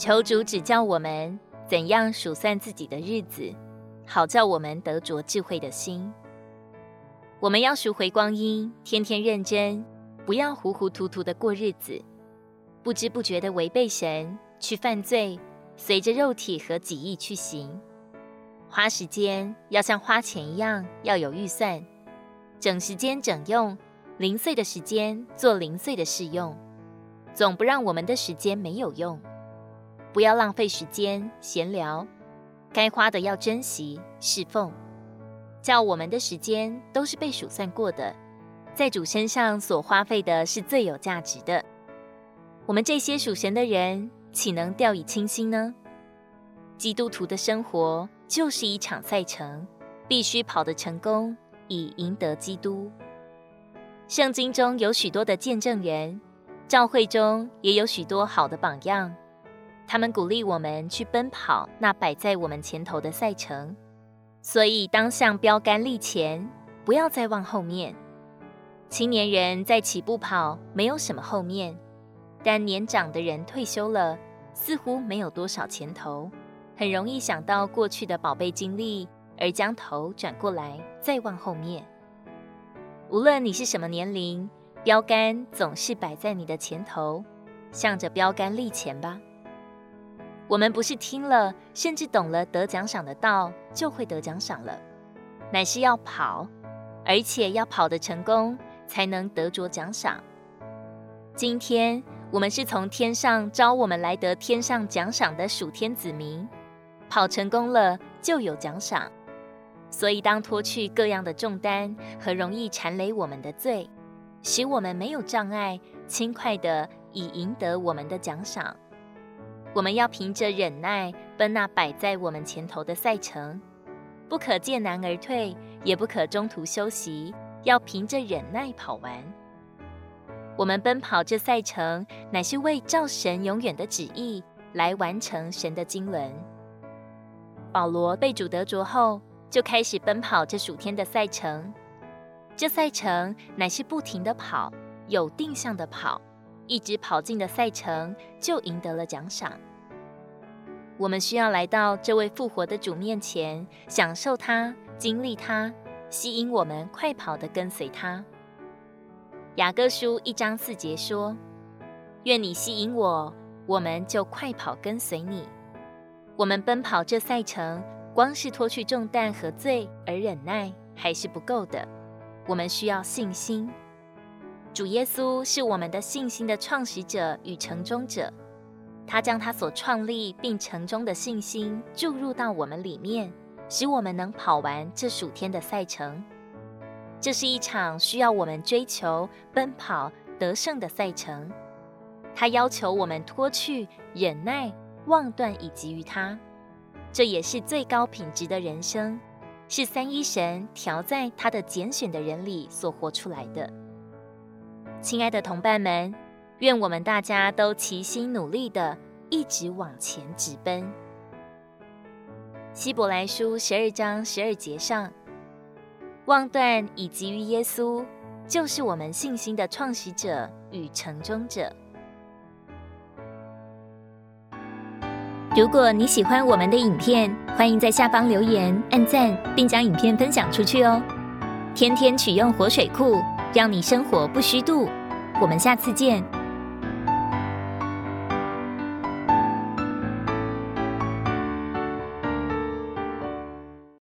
求主指教我们怎样数算自己的日子，好叫我们得着智慧的心。我们要赎回光阴，天天认真，不要糊糊涂涂的过日子，不知不觉的违背神，去犯罪，随着肉体和己意去行。花时间要像花钱一样，要有预算，整时间整用，零碎的时间做零碎的事用，总不让我们的时间没有用。不要浪费时间闲聊，该花的要珍惜侍奉，叫我们的时间都是被数算过的，在主身上所花费的是最有价值的。我们这些属神的人，岂能掉以轻心呢？基督徒的生活就是一场赛程，必须跑得成功，以赢得基督。圣经中有许多的见证人，教会中也有许多好的榜样，他们鼓励我们去奔跑那摆在我们前头的赛程，所以当向标杆立前，不要再望后面。青年人在起步跑，没有什么后面，但年长的人退休了，似乎没有多少前头，很容易想到过去的宝贝经历，而将头转过来再望后面。无论你是什么年龄，标杆总是摆在你的前头，向着标杆立前吧。我们不是听了甚至懂了得奖赏的道就会得奖赏了，乃是要跑，而且要跑得成功，才能得着奖赏。今天我们是从天上招我们来得天上奖赏的属天子民，跑成功了就有奖赏。所以当脱去各样的重担和容易缠累我们的罪，使我们没有障碍，轻快地以赢得我们的奖赏。我们要凭着忍耐奔那摆在我们前头的赛程，不可见难而退，也不可中途休息，要凭着忍耐跑完。我们奔跑这赛程，乃是为照神永远的旨意来完成神的经纶。保罗被主得着后，就开始奔跑这属天的赛程。这赛程乃是不停的跑，有定向的跑，一直跑进的赛程，就赢得了奖赏。我们需要来到这位复活的主面前，享受他，经历他，吸引我们快跑地跟随他。雅各书1章4节说，愿你吸引我，我们就快跑跟随你。我们奔跑这赛程，光是脱去重担和罪而忍耐还是不够的，我们需要信心。主耶稣是我们的信心的创始者与成终者，他将他所创立并成终的信心注入到我们里面，使我们能跑完这属天的赛程。这是一场需要我们追求、奔跑、得胜的赛程，他要求我们脱去忍耐、忘断以及于他，这也是最高品质的人生，是三一神调在他的拣选的人里所活出来的。亲爱的同伴们，愿我们大家都齐心努力的一直往前直奔。希伯来书12章12节上，忘断以及于耶稣，就是我们信心的创始者与成终者。如果你喜欢我们的影片，欢迎在下方留言、按赞，并将影片分享出去哦。天天取用活水库，让你生活不虚度。我们下次见。